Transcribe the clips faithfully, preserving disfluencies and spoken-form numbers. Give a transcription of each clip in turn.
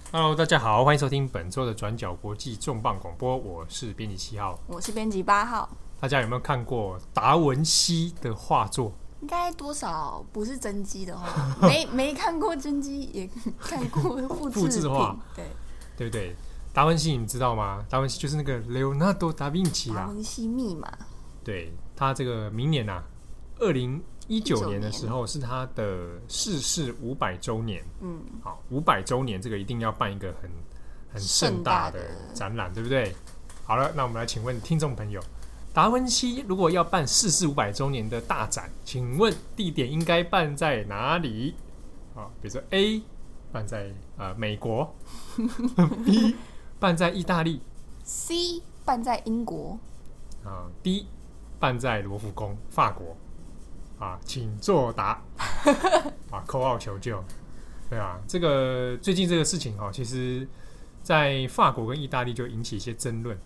Hello， 大家好，欢迎收听本周的转角国际重磅广播，我是编辑七号， 我是编辑八号。 大家有没有看过达文西的画作？ 应该多少不是真迹的话，没没看过真迹，也看过复制复制画， 对对不对？达文西你知道吗？达文西就是那个 Leonardo da Vinci 啊， 达文西密码。 对，他这个明年啊，二零一九年的时候是他的逝世五百周年。嗯，好，五百周年这个一定要办一个很很盛大的展览，对不对？好了，那我们来请问听众朋友，达文西如果要办逝世五百周年的大展，请问地点应该办在哪里？啊，比如说 A 办在呃美国，B 办在意大利 ，C 办在英国， 啊 ，D 办在罗浮宫法国。啊，请作答啊！扣号求救，对啊，这个最近这个事情哈、哦，其实在法国跟意大利就引起一些争论。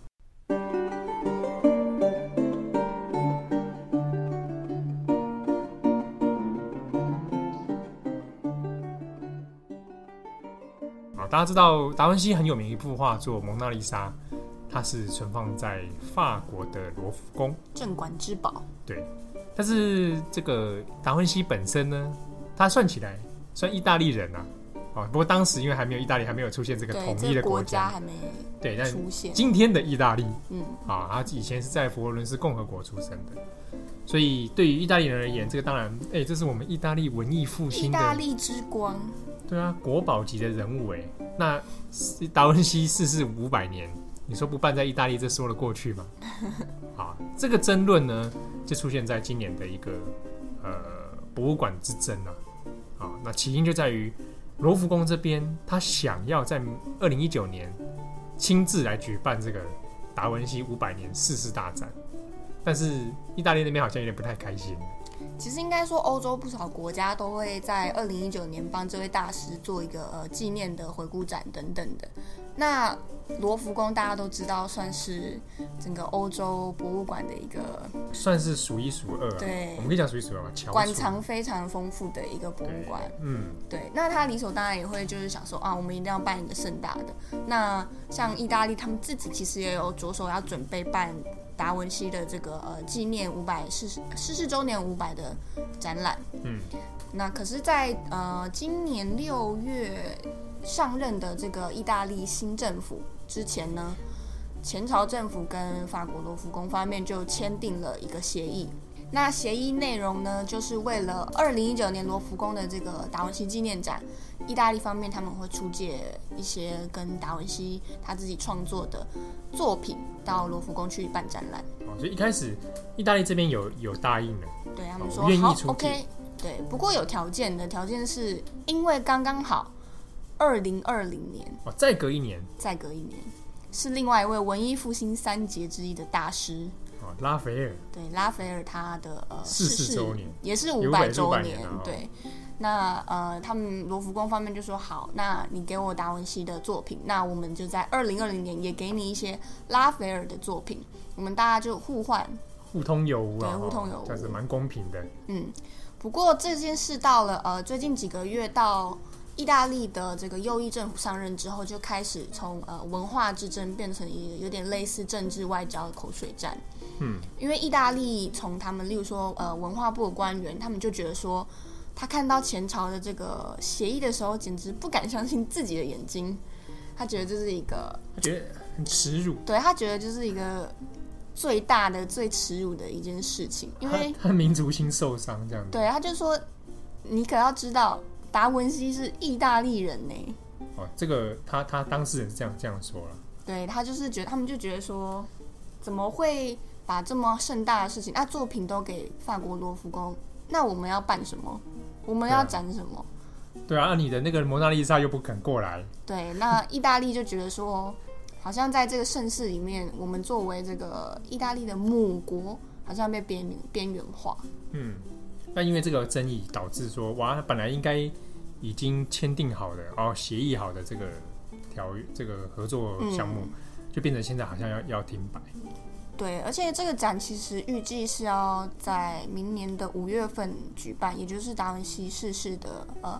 好，大家知道达文西很有名一幅画作《蒙娜丽莎》，它是存放在法国的罗浮宫， 镇馆之宝。 对。但是这个达文西本身呢，他算起来算意大利人啊，哦，不过当时因为还没有意大利还没有出现这个统一的国家， 还没对，但出现。 今天的意大利， 嗯， 啊，他以前是在佛罗伦斯共和国出生的，所以对于意大利人而言，这个当然，哎，这是我们意大利文艺复兴的意大利之光， 对啊，国宝级的人物哎。那达文西逝世五百年，你说不办在意大利，这说得过去吗？啊，这个争论呢，就出现在今年的一个呃博物馆之争啊。啊，那起因就在于罗浮宫这边，他想要在二零一九年亲自来举办这个达文西五百年逝世大展，但是意大利那边好像有点不太开心。 其实应该说，欧洲不少国家都会在二零一九年帮这位大师做一个呃纪念的回顾展等等的。那罗浮宫大家都知道，算是整个欧洲博物馆的一个， 算是数一数二、啊。对，我们可以讲数一数二嘛， 馆藏非常丰富的一个博物馆。嗯，对。那他理所当然也会就是想说啊，我们一定要办一个盛大的。那像意大利，他们自己其实也有着手要准备办达文西的这个呃纪念五百逝逝世周年五百的展览。嗯，那可是在，在呃今年六月上任的这个意大利新政府之前呢，前朝政府跟法国罗浮宫方面就签订了一个协议。那协议内容呢，就是为了二零一九年罗浮宫的这个达文西纪念展，意大利方面他们会出借一些跟达文西他自己创作的作品到罗浮宫去办展览。 哦，所以一开始意大利这边有有答应了， 对他们说、 哦、愿意好出借 OK， 对，不过有条件的，条件是因为刚刚好二零二零年哦，再隔一年， 再隔一年是另外一位文艺复兴三杰之一的大师。 哦、拉斐尔， 对，拉斐尔他的呃逝世周年也是五百周年， 年、啊、 对。那呃，他们罗浮宫方面就说好，那你给我达文西的作品，那我们就在二零二零年也给你一些拉斐尔的作品，我们大家就互换， 互通有无啊， 对，互通有无， 这样子蛮公平的。 嗯，不过这件事到了呃最近几个月到。意大利的这个右翼政府上任之后，就开始从呃文化之争变成一个有点类似政治外交的口水战。嗯，因为意大利从他们，例如说呃文化部的官员，他们就觉得说，他看到前朝的这个协议的时候，简直不敢相信自己的眼睛。他觉得这是一个， 他觉得很耻辱。 对，他觉得就是一个最大的、最耻辱的一件事情，因为他, 他民族心受伤这样子。 对，他就说，你可要知道。达文西是意大利人呢， 哦，这个他他当事人是这样这样说了。 对，他就是觉得他们就觉得说，怎么会把这么盛大的事情，那、啊、作品都给法国罗浮宫，那我们要办什么？我们要展什么？ 对啊，那、啊、你的那个蒙娜丽莎又不肯过来。 对，那意大利就觉得说，好像在这个盛世里面，我们作为这个意大利的母国，好像被边边缘化。嗯。 那因为这个争议导致说，哇，本来应该已经签订好的、哦协议好的这个条这个合作项目，嗯、就变成现在好像要要停摆。 对，而且这个展其实预计是要在明年的五月份举办，也就是达文西逝世的呃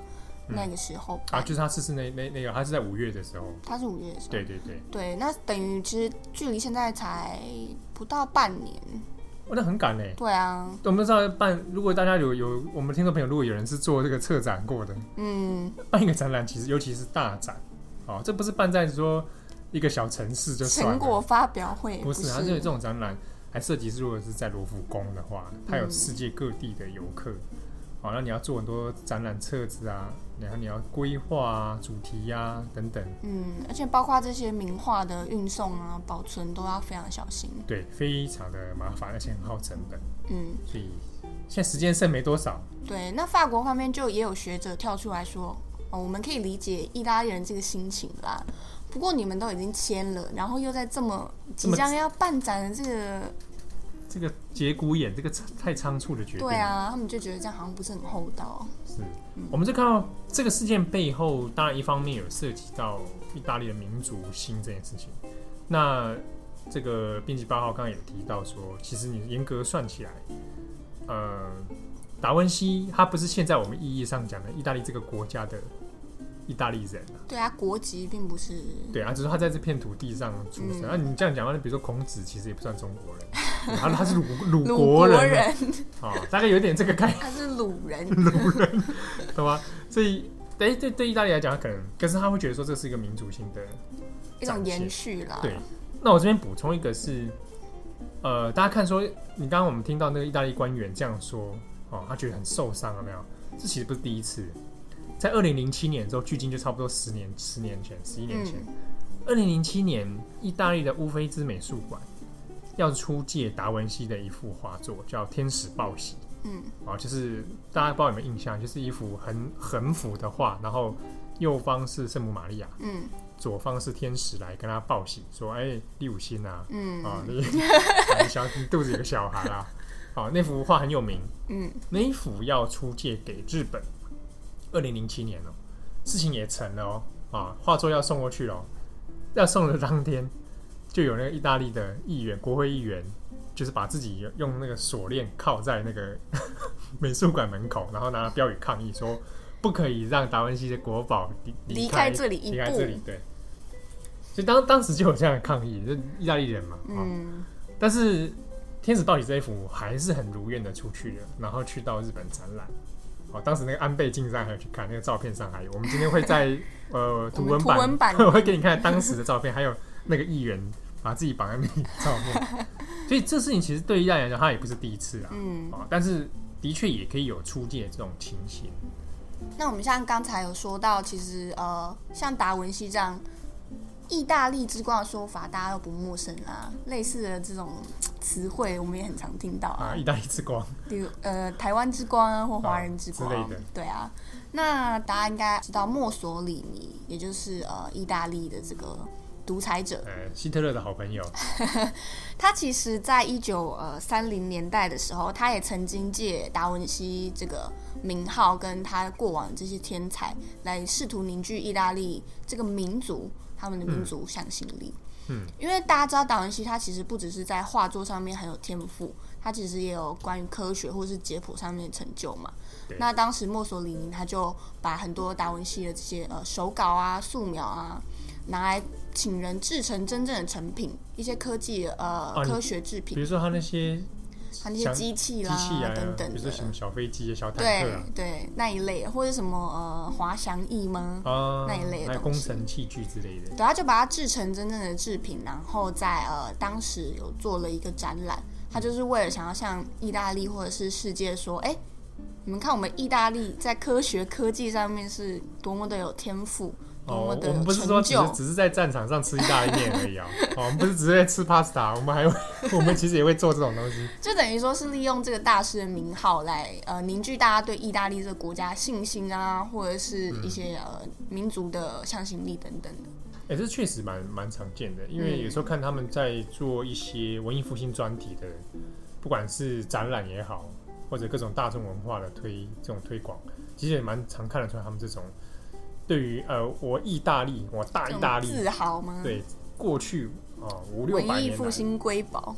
那个时候办、 嗯、啊，就是他逝世那那那个，他是在五月的时候， 他是五月的时候， 对对对对，那等于其实距离现在才不到半年。 哦，那很赶嘞。 对啊， 我们知道办，如果大家有有我们听众朋友，如果有人是做这个策展过的， 嗯， 办一个展览，其实尤其是大展，哦，这不是办在说一个小城市就算了， 成果发表会不是，它是这种展览还涉及，如果是在罗浮宫的话，它有世界各地的游客，好、嗯，那你要做很多展览册子啊，然后你要规划啊、主题啊等等， 嗯，而且包括这些名画的运送啊、保存都要非常小心， 对，非常的麻烦，而且很耗成本， 嗯， 所以现在时间剩没多少。 对，那法国方面就也有学者跳出来说，哦，我们可以理解意大利人这个心情啦。不过你们都已经签了，然后又在这么即将要办展的这个这个节骨眼，这个太仓促的决定， 对啊，他们就觉得这样好像不是很厚道。 是，嗯、我们就看到这个事件背后，当然一方面有涉及到意大利的民族性这件事情。那这个编辑八号刚刚有提到说，其实你严格算起来，呃，达文西他不是现在我们意义上讲的意大利这个国家的意大利人啊， 对啊，国籍并不是， 对啊，只是他在这片土地上出生。那、嗯啊、你这样讲的话，比如说孔子其实也不算中国人，他他是鲁鲁国人，人啊、哦，大概有点这个概念。 他是鲁人， 鲁人，懂吗？所以，对对对，意大利来讲，可能，可是他会觉得说这是一个民族性的一种延续啦。 对，那我这边补充一个是，呃，大家看说，你刚刚我们听到那个意大利官员这样说，哦，他觉得很受伤，有没有？这其实不是第一次。在二零零七年之后，距今就差不多十年、十年前、十一年前。二零零七年，意大利的乌菲兹美术馆要出借达文西的一幅画作，叫《天使报喜》。嗯，啊，就是大家不知道有没有印象，就是一幅横横幅的画，然后右方是圣母玛利亚，嗯，左方是天使来跟他报喜，说：“哎、欸，你有心啊，嗯，啊，你你小你肚子有个小孩啊。”好，那幅画很有名，嗯，那一幅要出借给日本。二零零七年哦，事情也成了哦，啊，画作要送过去了、哦，要送的当天，就有那个意大利的议员，国会议员，就是把自己用那个锁链铐在那个美术馆门口，然后拿标语抗议说，不可以让达文西的国宝离开这里一步，离开这里， 对。所以当当时就有这样的抗议，就意大利人嘛，嗯，但是天使报喜这一幅还是很如愿的出去了，然后去到日本展览。哦，当时那个安倍晋三还有去看，那个照片上还有。我们今天会在呃图文版，文版我会给你看当时的照片，还有那个议员把自己绑在那里的照片。所以这事情其实对意大利来讲，他也不是第一次啦。嗯、哦，但是的确也可以有出借这种情形。 那我们像刚才有说到，其实呃，像达文西这样意大利之光的说法，大家都不陌生啦。类似的这种词汇，我们也很常听到啊。 啊，意大利之光， 比如呃，台湾之光啊，或华人之光、啊、之类的。对啊，那大家应该知道墨索里尼，也就是呃，意大利的这个独裁者， 呃，希特勒的好朋友。 他其实在一九三零年代的时候，他也曾经借达文西这个名号跟他过往的这些天才，来试图凝聚意大利这个民族。他们的民族向心力，嗯，因为大家知道达文西他其实不只是在画作上面很有天赋，他其实也有关于科学或是解剖上面的成就嘛。那当时墨索里尼他就把很多达文西的这些呃手稿啊、素描啊，拿来请人制成真正的成品，一些科技呃、啊、科学制品， 比如说他那些。 它那些机器啦、 机器啊、 等等的， 比如说什么小飞机、小坦克、啊， 对对那一类，或者什么呃滑翔翼吗？啊，那一类的东西， 还有工程器具之类的。 对，他就把它制成真正的制品，然后在呃当时有做了一个展览，他就是为了想要向意大利或者是世界说，哎，你们看我们意大利在科学科技上面是多么的有天赋。 哦，我们不是说只是只是在战场上吃意大利面而已啊、哦！哦，我们不是只是在吃 pasta， 我们还会，我们其实也会做这种东西。 就等于说是利用这个大师的名号来呃凝聚大家对意大利这个国家信心啊，或者是一些、嗯、呃民族的向心力等等的。 哎、欸，这确实蛮蛮常见的，因为有时候看他们在做一些文艺复兴专题的，不管是展览也好，或者各种大众文化的推这种推广，其实也蛮常看得出来他们这种。对于呃，我意大利，我大意大利自豪吗？ 对，过去啊五六百年文艺复兴瑰宝，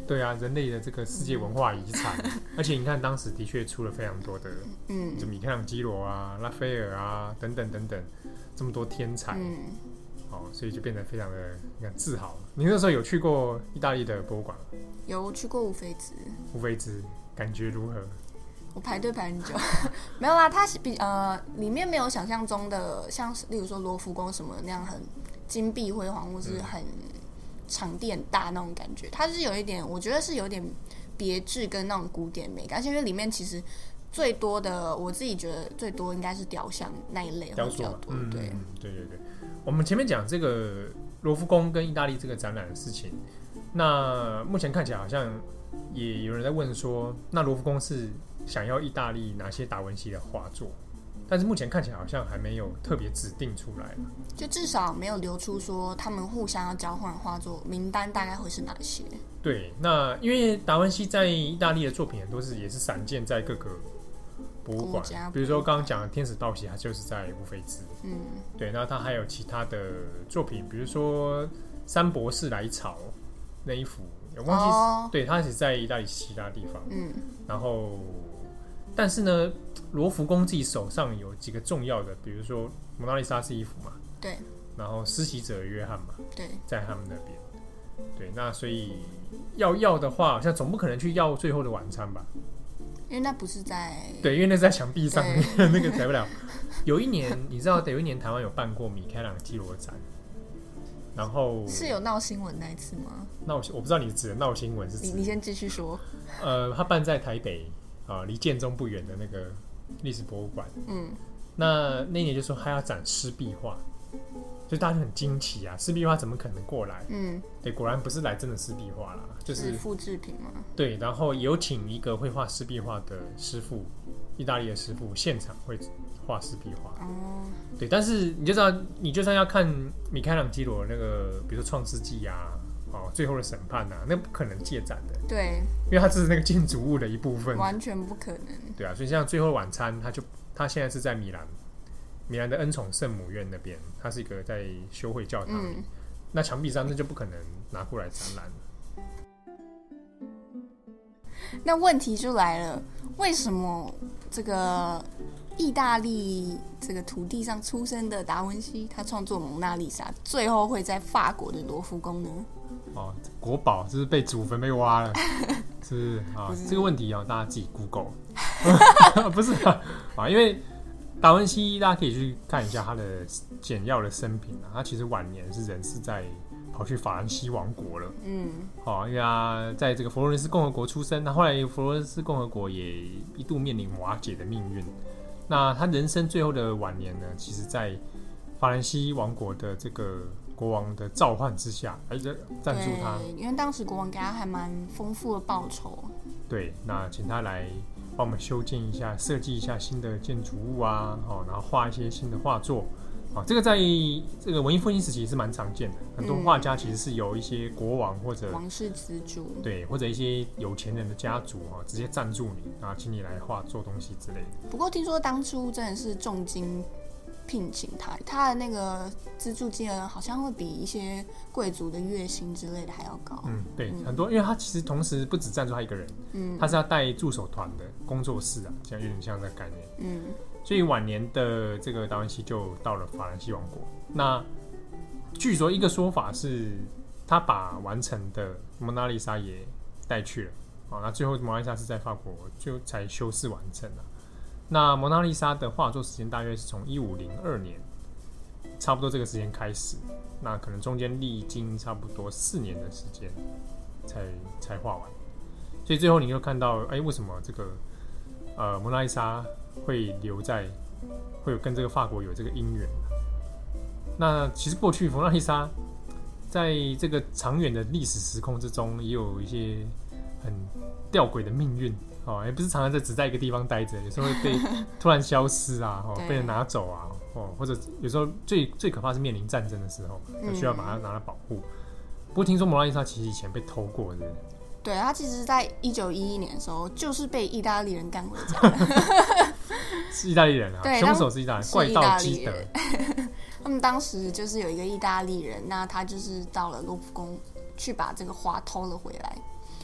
对啊，人类的这个世界文化遗产，而且你看当时的确出了非常多的，嗯，就米开朗基罗啊、拉斐尔啊等等等等，这么多天才，嗯，哦，所以就变得非常的你看自豪。你那时候有去过意大利的博物馆吗？ 有去过乌菲兹。 乌菲兹感觉如何？ 我排队排很久，没有啦，它比呃里面没有想象中的像是例如说罗浮宫什么那样很金碧辉煌，或是很场地很大那种感觉。它是有一点，我觉得是有点别致跟那种古典美感，而且因为里面其实最多的，我自己觉得最多应该是雕像那一类会比较多。 嗯、 对、 嗯，对对对。我们前面讲这个罗浮宫跟意大利这个展览的事情，那目前看起来好像也有人在问说，那罗浮宫是想要意大利哪些达文西的画作？但是目前看起来好像还没有特别指定出来， 就至少没有流出说他们互相要交换画作名单大概会是哪些。 对，那因为达文西在意大利的作品很多是也是散建在各个博物馆，比如说刚刚讲的天使道喜，它就是在乌菲兹。嗯，对，那他还有其他的作品，比如说三博士来朝那一幅，我忘记、哦、对，他是在意大利其他地方。嗯，然后但是呢，罗浮宫自己手上有几个重要的，比如说蒙娜丽莎是一幅嘛， 对， 然后施洗者约翰嘛， 对， 在他们那边，对，那所以要要的话，好像总不可能去要最后的晚餐吧？ 因为那不是在， 对，因为那是在墙壁上面，那个改不了。有一年，你知道，有一年台湾有办过米开朗基罗展，然后是有闹新闻那一次吗？ 闹，我不知道你指的闹新闻是指， 你你先继续说。 呃，他办在台北。啊，离建中不远的那个历史博物馆，嗯，那那一年就说他要展湿壁画，就大家就很惊奇啊，湿壁画怎么可能过来？嗯，对，果然不是来真的湿壁画啦，就是复制品嘛。 对，然后有请一个会画湿壁画的师傅，意大利的师傅，现场会画湿壁画。哦，对，但是你就知道，你就算要看米开朗基罗那个，比如说《创世纪》啊。哦，最后的审判啊，那不可能借展的， 对， 因为它只是那个建筑物的一部分， 完全不可能。 对啊，所以像《最后的晚餐》，它就它现在是在米兰，米兰的恩宠圣母院那边，它是一个在修会教堂里，嗯、那墙壁上那就不可能拿过来展览了。 那问题就来了，为什么这个意大利这个土地上出生的达文西，他创作蒙娜丽莎，最后会在法国的罗浮宫呢？ 哦，国宝就是被祖坟被挖了，是不是啊？不是这个问题哦，大家自己 Google， 不是啊，啊，因为达文西大家可以去看一下他的简要的生平啊，他其实晚年是人是在跑去法兰西王国了，嗯，好、哦，因为他在这个佛罗伦斯共和国出生，那后来佛罗伦斯共和国也一度面临瓦解的命运，那他人生最后的晚年呢，其实在法兰西王国的这个国王的召唤之下，哎，赞助他。 对，因为当时国王给他还蛮丰富的报酬。 对，那请他来帮我们修建一下、设计一下新的建筑物啊，哦，然后画一些新的画作。哦，这个在这个文艺复兴时期是蛮常见的，很多画家其实是有一些国王或者王室资助， 对，或者一些有钱人的家族啊，直接赞助你，然后请你来画做东西之类的。 不过听说当初真的是重金聘请他，他的那个资助金额好像会比一些贵族的月薪之类的还要高。 嗯，对，嗯、很多，因为他其实同时不只赞助他一个人，嗯，他是要带助手团的工作室啊，这样有点像这个概念，嗯。所以晚年的这个达文西就到了法兰西王国。那据说一个说法是，他把完成的蒙娜丽莎也带去了。哦，那最后蒙娜丽莎是在法国就才修饰完成了。那蒙娜丽莎的画作时间大约是从一五零二年，差不多这个时间开始。那可能中间历经差不多四年的时间才才画完。所以最后你就看到，哎，为什么这个呃蒙娜丽莎会留在，会有跟这个法国有这个姻缘。那其实过去蒙娜丽莎在这个长远的历史时空之中，也有一些很吊诡的命运哦，也不是常常在只在一个地方待着，有时候会被突然消失啊，哦，被人拿走啊，哦，或者有时候最最可怕是面临战争的时候，需要把它拿来保护。不过听说蒙娜丽莎其实以前被偷过的。 对，他其实在一九一一年的时候，就是被意大利人干回家的。 是意大利人啊，凶手是意大利，怪盗基德。 他们当时就是有一个意大利人，那他就是到了罗浮宫去把这个画偷了回来。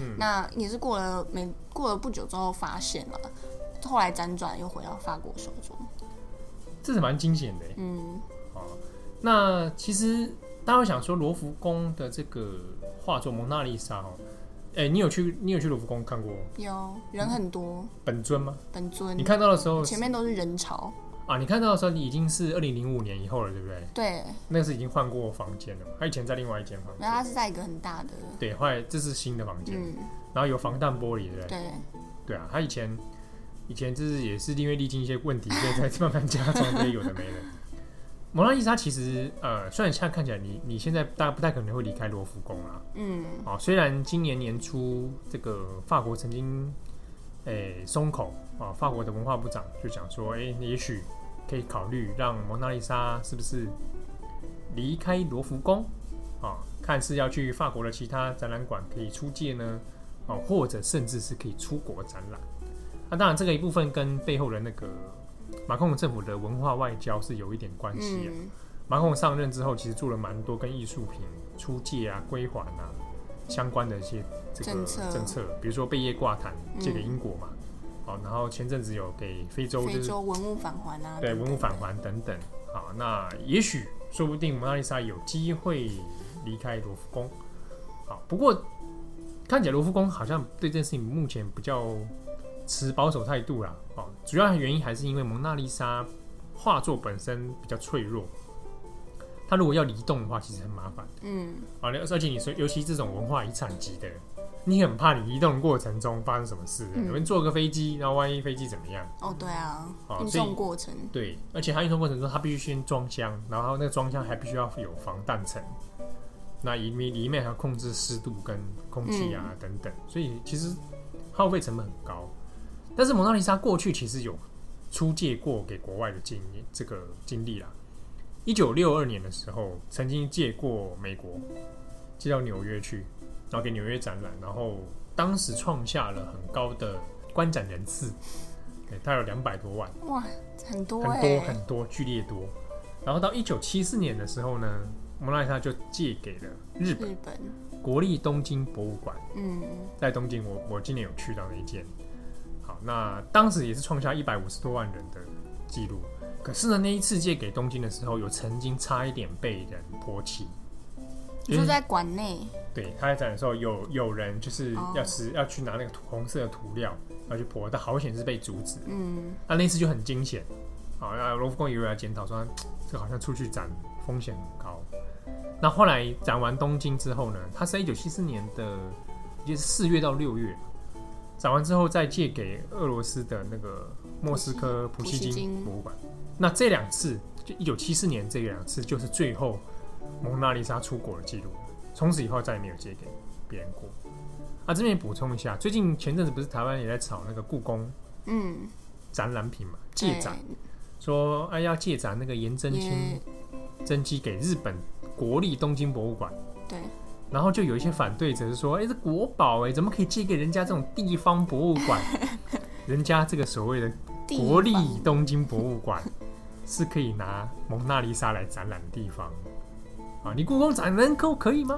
嗯、那也是过了没过了不久之后发现了，后来辗转又回到法国手中， 这是蛮惊险的。嗯，好，那其实大家会想说罗浮宫的这个画作《蒙娜丽莎》哦，哎，你有去你有去罗浮宫看过？ 有，人很多。 本尊吗？ 本尊。你看到的时候， 前面都是人潮。 啊，你看到的时候，你已经是二零零五年以后了，对不对？ 对。 那个是已经换过房间了嘛？他以前在另外一间房间。 然后他是在一个很大的。 对，后来这是新的房间，嗯、然后有防弹玻璃，对不对？ 对。 对啊，他以前以前就是也是因为历经一些问题，所以才慢慢加装这些有的没的。蒙娜丽莎其实呃，虽然现在看起来你你现在大家不太可能会离开罗浮宫啦，嗯，哦，虽然今年年初这个法国曾经诶松口啊，法国的文化部长就讲说，哎，也许可以考虑让蒙娜丽莎是不是离开罗浮宫啊，看是要去法国的其他展览馆可以出借呢，啊，或者甚至是可以出国展览。那、啊、当然，这个一部分跟背后的那个马克龙政府的文化外交是有一点关系啊。嗯、马克龙上任之后，其实做了蛮多跟艺术品出借啊、归还啊相关的一些这个政策，比如说贝叶挂毯借给英国嘛，好、嗯，然后前阵子有给非洲、就是、 非洲文物返还啊， 对，文物返还等等。好，那也许说不定蒙娜丽莎有机会离开罗浮宫。好，不过看起来罗浮宫好像对这件事情目前比较持保守态度啦，哦，主要的原因还是因为蒙娜丽莎画作本身比较脆弱，它如果要移动的话，其实很麻烦。嗯，啊，而且你说，尤其这种文化遗产级的，你很怕你移动的过程中发生什么事，有、嗯、人坐个飞机，然后万一飞机怎么样？ 哦，对啊，运送过程。 对，而且它运送过程中，它必须先装箱，然后那个装箱还必须要有防弹层，那里面里面还要控制湿度跟空气啊、嗯、等等，所以其实耗费成本很高。但是蒙娜丽莎过去其实有出借过给国外的经验，这个经历啦。一九六二年的时候，曾经借过美国，借到纽约去，然后给纽约展览，然后当时创下了很高的观展人次，对，大概有两百多万， 哇，很多、 欸，很多很多，剧烈多。然后到一九七四年的时候呢，蒙娜丽莎就借给了日本，日本国立东京博物馆。嗯，在东京我，我今年有去到那一件。好，那当时也是创下一百五十多万人的记录。可是呢，那一次借给东京的时候，有曾经差一点被人泼漆。 你说在馆内？ 对，他在展的时候有有人就是要吃、哦、要去拿那个土红色的涂料要去泼，但好险是被阻止。嗯，那那次就很惊险。好，那罗浮宫也有来检讨说，这好像出去展风险很高。那后来展完东京之后呢，他是在一九七四年的，就是四月到六月。展完之后，再借给俄罗斯的那个莫斯科普希金博物馆。那这两次，就一九七四年这两次，就是最后蒙娜丽莎出国的记录。从此以后再也没有借给别人过。啊，这边补充一下，最近前阵子不是台湾也在炒那个故宫嗯展览品嘛，借展，说哎要借展那个颜真卿真迹给日本国立东京博物馆。 对。 然后就有一些反对者是说，哎，这国宝哎，怎么可以借给人家这种地方博物馆？人家这个所谓的国立东京博物馆是可以拿蒙娜丽莎来展览的地方啊，你故宫展能够可以吗？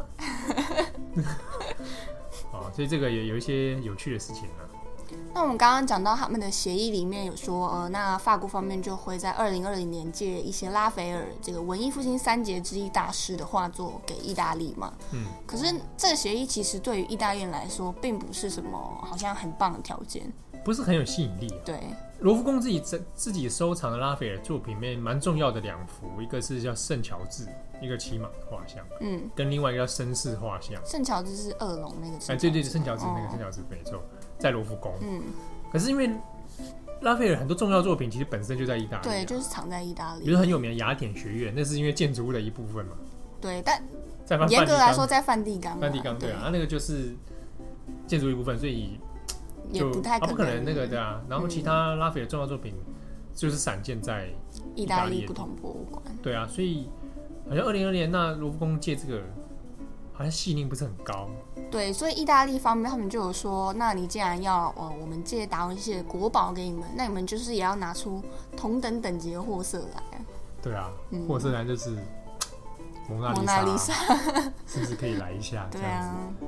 啊，所以这个也有一些有趣的事情啊。 那我们刚刚讲到他们的协议里面有说，呃，那法国方面就会在二零二零年借一些拉斐尔这个文艺复兴三杰之一大师的画作给意大利嘛。嗯。可是这个协议其实对于意大利人来说，并不是什么好像很棒的条件， 不是很有吸引力、啊。 对。 罗浮宫自己自己收藏的拉斐尔作品里面蛮重要的两幅，一个是叫圣乔治，一个骑马的画像，嗯，跟另外一个叫绅士画像。 圣乔治是恶龙那个。哎， 对对，圣乔治那个圣乔治没错。在罗浮宫，嗯，可是因为拉斐尔很多重要作品其实本身就在意大利、啊， 对，就是藏在意大利。 比如很有名的雅典学院，那是因为建筑物的一部分嘛。 对，但严格来说在梵蒂冈。 梵蒂冈对啊，那那个就是建筑一部分，所以也不太可能、 啊、不可能那个对啊。然后其他拉斐尔重要作品就是散见在意大利不同博物馆。 对啊，所以好像二零二年那罗浮宫借这个。好像吸引力不是很高， 对，所以意大利方面他们就有说，那你既然要呃我们借达文西的国宝给你们，那你们就是也要拿出同等等级的货色来。 对啊，嗯、货色来就是蒙娜丽莎，是不是可以来一下？ 对啊，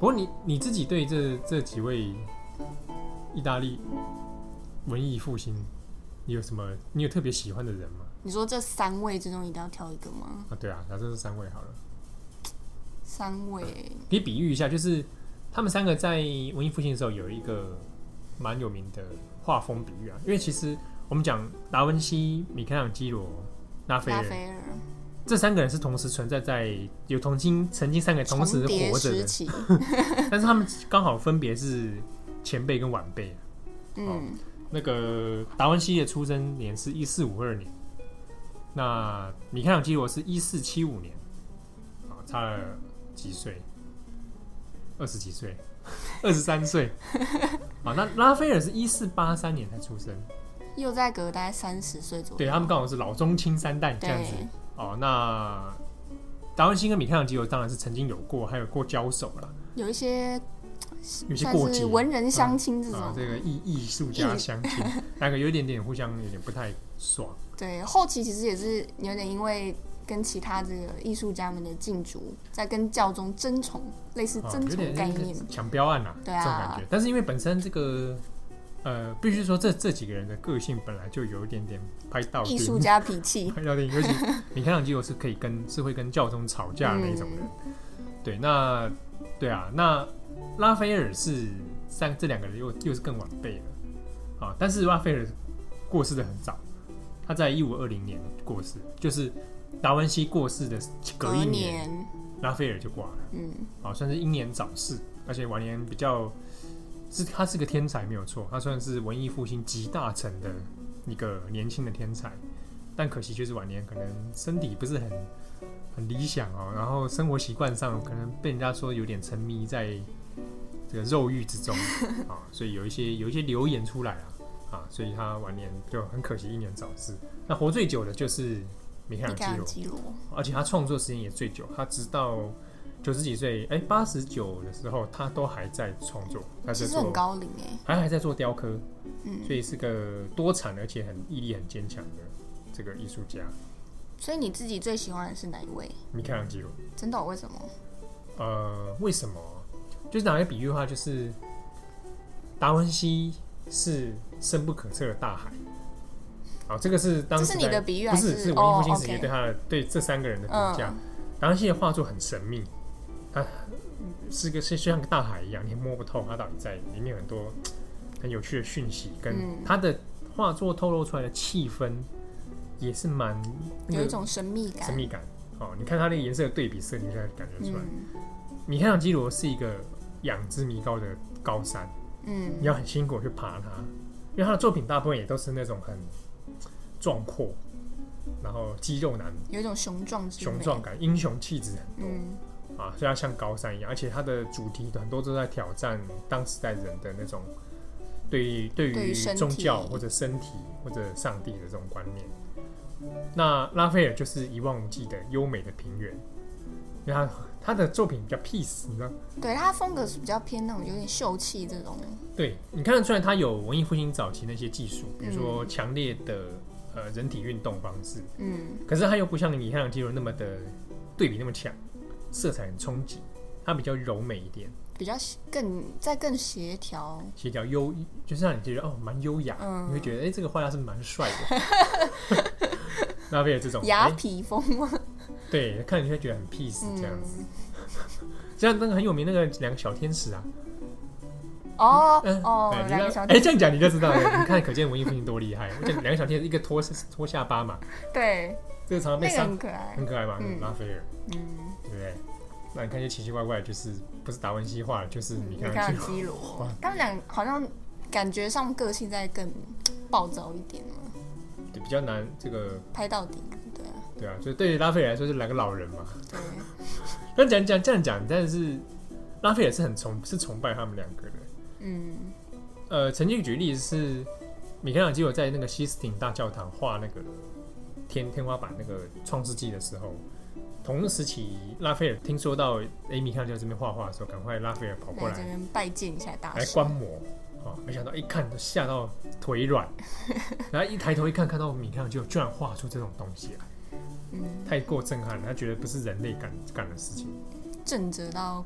不过你你自己对这这几位意大利文艺复兴，你有什么？你有特别喜欢的人吗？ 你说这三位之中一定要挑一个吗？ 啊，对啊，假设是三位好了。 三位可以比喻一下，就是他们三个在文艺复兴的时候有一个蛮有名的画风比喻啊。因为其实我们讲达文西、米开朗基罗、拉斐尔。这三个人是同时存在在有曾经曾经三个同时活着的，但是他们刚好分别是前辈跟晚辈。嗯、哦，那个达文西的出生年是一四五二年，那米开朗基罗是一四七五年，啊、哦，差了几岁？二十几岁，二十三岁。啊，那拉斐尔是一四八三年才出生， 又在隔大概三十岁左右。 对，他们刚好是老中青三代这样子。哦，那达文西跟米开朗基罗当然是曾经有过，还有过交手啦， 有一些有些过节， 文人相亲这种， 啊啊、这个艺艺术家相亲，两个有一点点互相有点不太爽。 对，后期其实也是有点因为跟其他这个艺术家们的竞逐，在跟教宗争宠，类似争宠概念， 抢标案啊，对啊，这种感觉。但是因为本身这个。呃，必须说这这几个人的个性本来就有一点点拍到艺术家脾气， 拍到点，尤其米开朗基罗是可以跟是会跟教宗吵架的那种人。嗯、对，那对啊，那拉斐尔是三这两个人又又是更晚辈了啊，但是拉斐尔过世的很早，他在一五二零年过世，就是达文西过世的隔一年，年拉斐尔就挂了，嗯，啊，算是英年早逝，而且晚年比较。是他是个天才没有错，他算是文艺复兴集大成的一个年轻的天才，但可惜就是晚年可能身体不是很很理想哦，然后生活习惯上可能被人家说有点沉迷在这个肉欲之中啊，所以有一些有一些流言出来啊啊，所以他晚年就很可惜英年早逝。那活最久的就是米开朗基罗，而且他创作时间也最久，他直到。九十几岁，哎，八十九的时候，他都还在创作，他在做， 其实很高龄哎， 还还在做雕刻，嗯，所以是个多产而且很毅力很坚强的这个艺术家。 所以你自己最喜欢的是哪一位？ 米开朗基罗。 真的、哦？为什么？ 呃，为什么？就是拿个比喻的话，就是达文西是深不可测的大海。好，这个是当时这是你的比喻还是？不是，是文艺复兴时期对他的、 哦 okay、 对这三个人的评价。嗯、达文西的画作很神秘。它是个是像个大海一样，你摸不透它到底在里面有很多很有趣的讯息，跟它的画作透露出来的气氛也是蛮、那个、 有一种神秘感。 神秘感哦，你看它那个颜色的对比色，你就感觉出来。嗯、米开朗基罗是一个仰之弥高的高山，嗯，你要很辛苦去爬它，因为他的作品大部分也都是那种很壮阔，然后肌肉男， 有一种雄壮之雄壮感，英雄气质很多。嗯啊，所以它像高山一样，而且它的主题很多都在挑战当时代人的那种对于对于宗教或者身体或者上帝的这种观念。那拉斐尔就是一望无际的优美的平原，因为他他的作品比较 peace， 你知道？ 对，他风格是比较偏那种有点秀气这种。 对，你看得出来他有文艺复兴早期那些技术，比如说强烈的、呃、人体运动方式，嗯，可是他又不像米开朗基罗那么的对比那么强。色彩很冲击，它比较柔美一点， 比较更再更协调， 协调优，就是让你觉得哦蛮优雅，嗯、你会觉得哎、欸、这个画家是蛮帅的。拉斐尔这种雅痞风吗？ 对，看你会觉得很 peace 这样子。像、嗯、那个很有名那个两个小天使啊。 哦、嗯、哦，两个小天使， 哎、欸，这样讲你就知道了。你看，可见文艺复兴多厉害。我讲两个小天使，一个拖拖下巴嘛。 对。 这个常常被伤、那個、很可爱， 很可爱嘛，嗯、拉斐尔，嗯，对不对？那你看一些奇奇怪怪的，就是不是达文西画的，就是米开朗基罗。 他们俩好像感觉上个性再更暴躁一点嘛， 对，比较难这个拍到底，对啊， 对啊，所以对于拉斐尔来说是两个老人嘛， 对。 但讲讲这样讲，但是拉斐尔是很崇是崇拜他们两个的，嗯，呃，曾经举例是米开朗基罗在那个西斯廷大教堂画那个。天天花板那个创世纪的时候，同时期拉斐尔听说到哎米开朗基罗这边画画的时候，赶快拉斐尔跑过来这边拜见一下大师， 来观摩啊、哦！没想到一看就吓到腿软，然后一抬头一看，看到米开朗基罗居然画出这种东西来，嗯，太过震撼了，他觉得不是人类干干的事情， 震慑到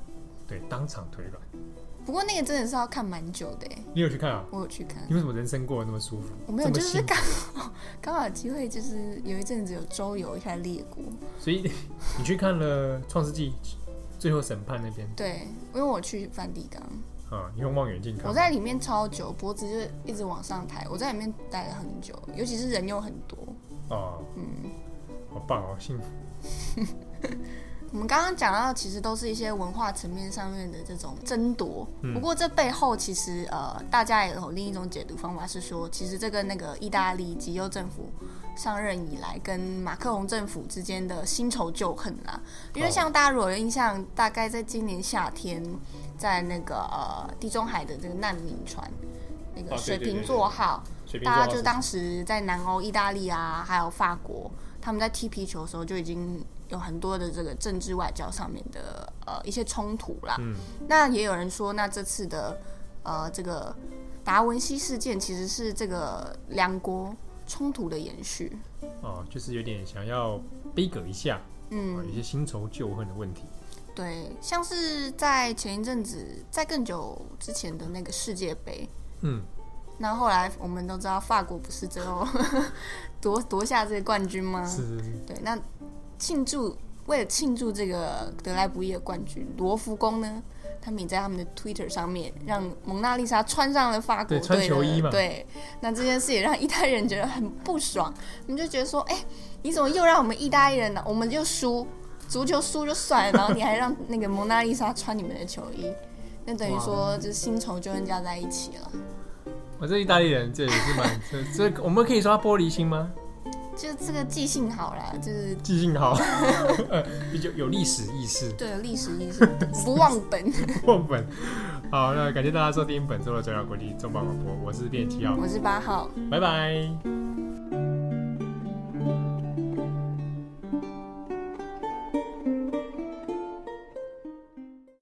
对，当场腿软。 不过那个真的是要看蛮久的耶。 你有去看啊？ 我有去看。 你为什么人生过得那么舒服？ 我没有，就是刚好刚好有机会，就是有一阵子有周游一下列国。 所以你去看了《创世纪》最后审判那边？ 对，因为我去梵蒂冈。 啊，你用望远镜看？ 我在里面超久，脖子就一直往上抬。我在里面待了很久，尤其是人又很多。 哦，嗯，好棒哦，幸福。 我们刚刚讲到，其实都是一些文化层面上面的这种争夺。嗯、不过这背后其实呃，大家也有另一种解读方法是说，其实这跟那个意大利极右政府上任以来跟马克龙政府之间的新仇旧恨啦。因为像大家如果有印象，大概在今年夏天，在那个呃地中海的这个难民船，那个水瓶座号，大家就当时在南欧、意大利啊，还有法国，他们在踢皮球的时候就已经有很多的这个政治外交上面的呃一些冲突啦。嗯、那也有人说，那这次的呃这个达文西事件其实是这个两国冲突的延续。 哦，就是有点想要逼葛一下，嗯，有些新仇旧恨的问题。 对，像是在前一阵子，在更久之前的那个世界杯，嗯，那后来我们都知道法国不是最后夺夺下这个冠军吗？ 是是是。 对，那庆祝为了庆祝这个得来不易的冠军，罗浮宫呢，他们也在他们的 Twitter 上面让蒙娜丽莎穿上了法国队的穿球衣嘛。 对，那这件事也让意大利人觉得很不爽，他们就觉得说，哎、欸，你怎么又让我们意大利人呢？我们就输。足球输就算了，然后你还让那个蒙娜丽莎穿你们的球衣，那等于说就是新仇旧恨加在一起了。 我这意大利人这也是蛮这这，我们可以说他玻璃心吗？ 就这个记性好啦，就是记性好，比较有历史意识。 对，有历史意识，不忘本。 不忘本。好，那感谢大家收听本周的中央国际重磅广播，我是编辑七号， 我是八号， 拜拜。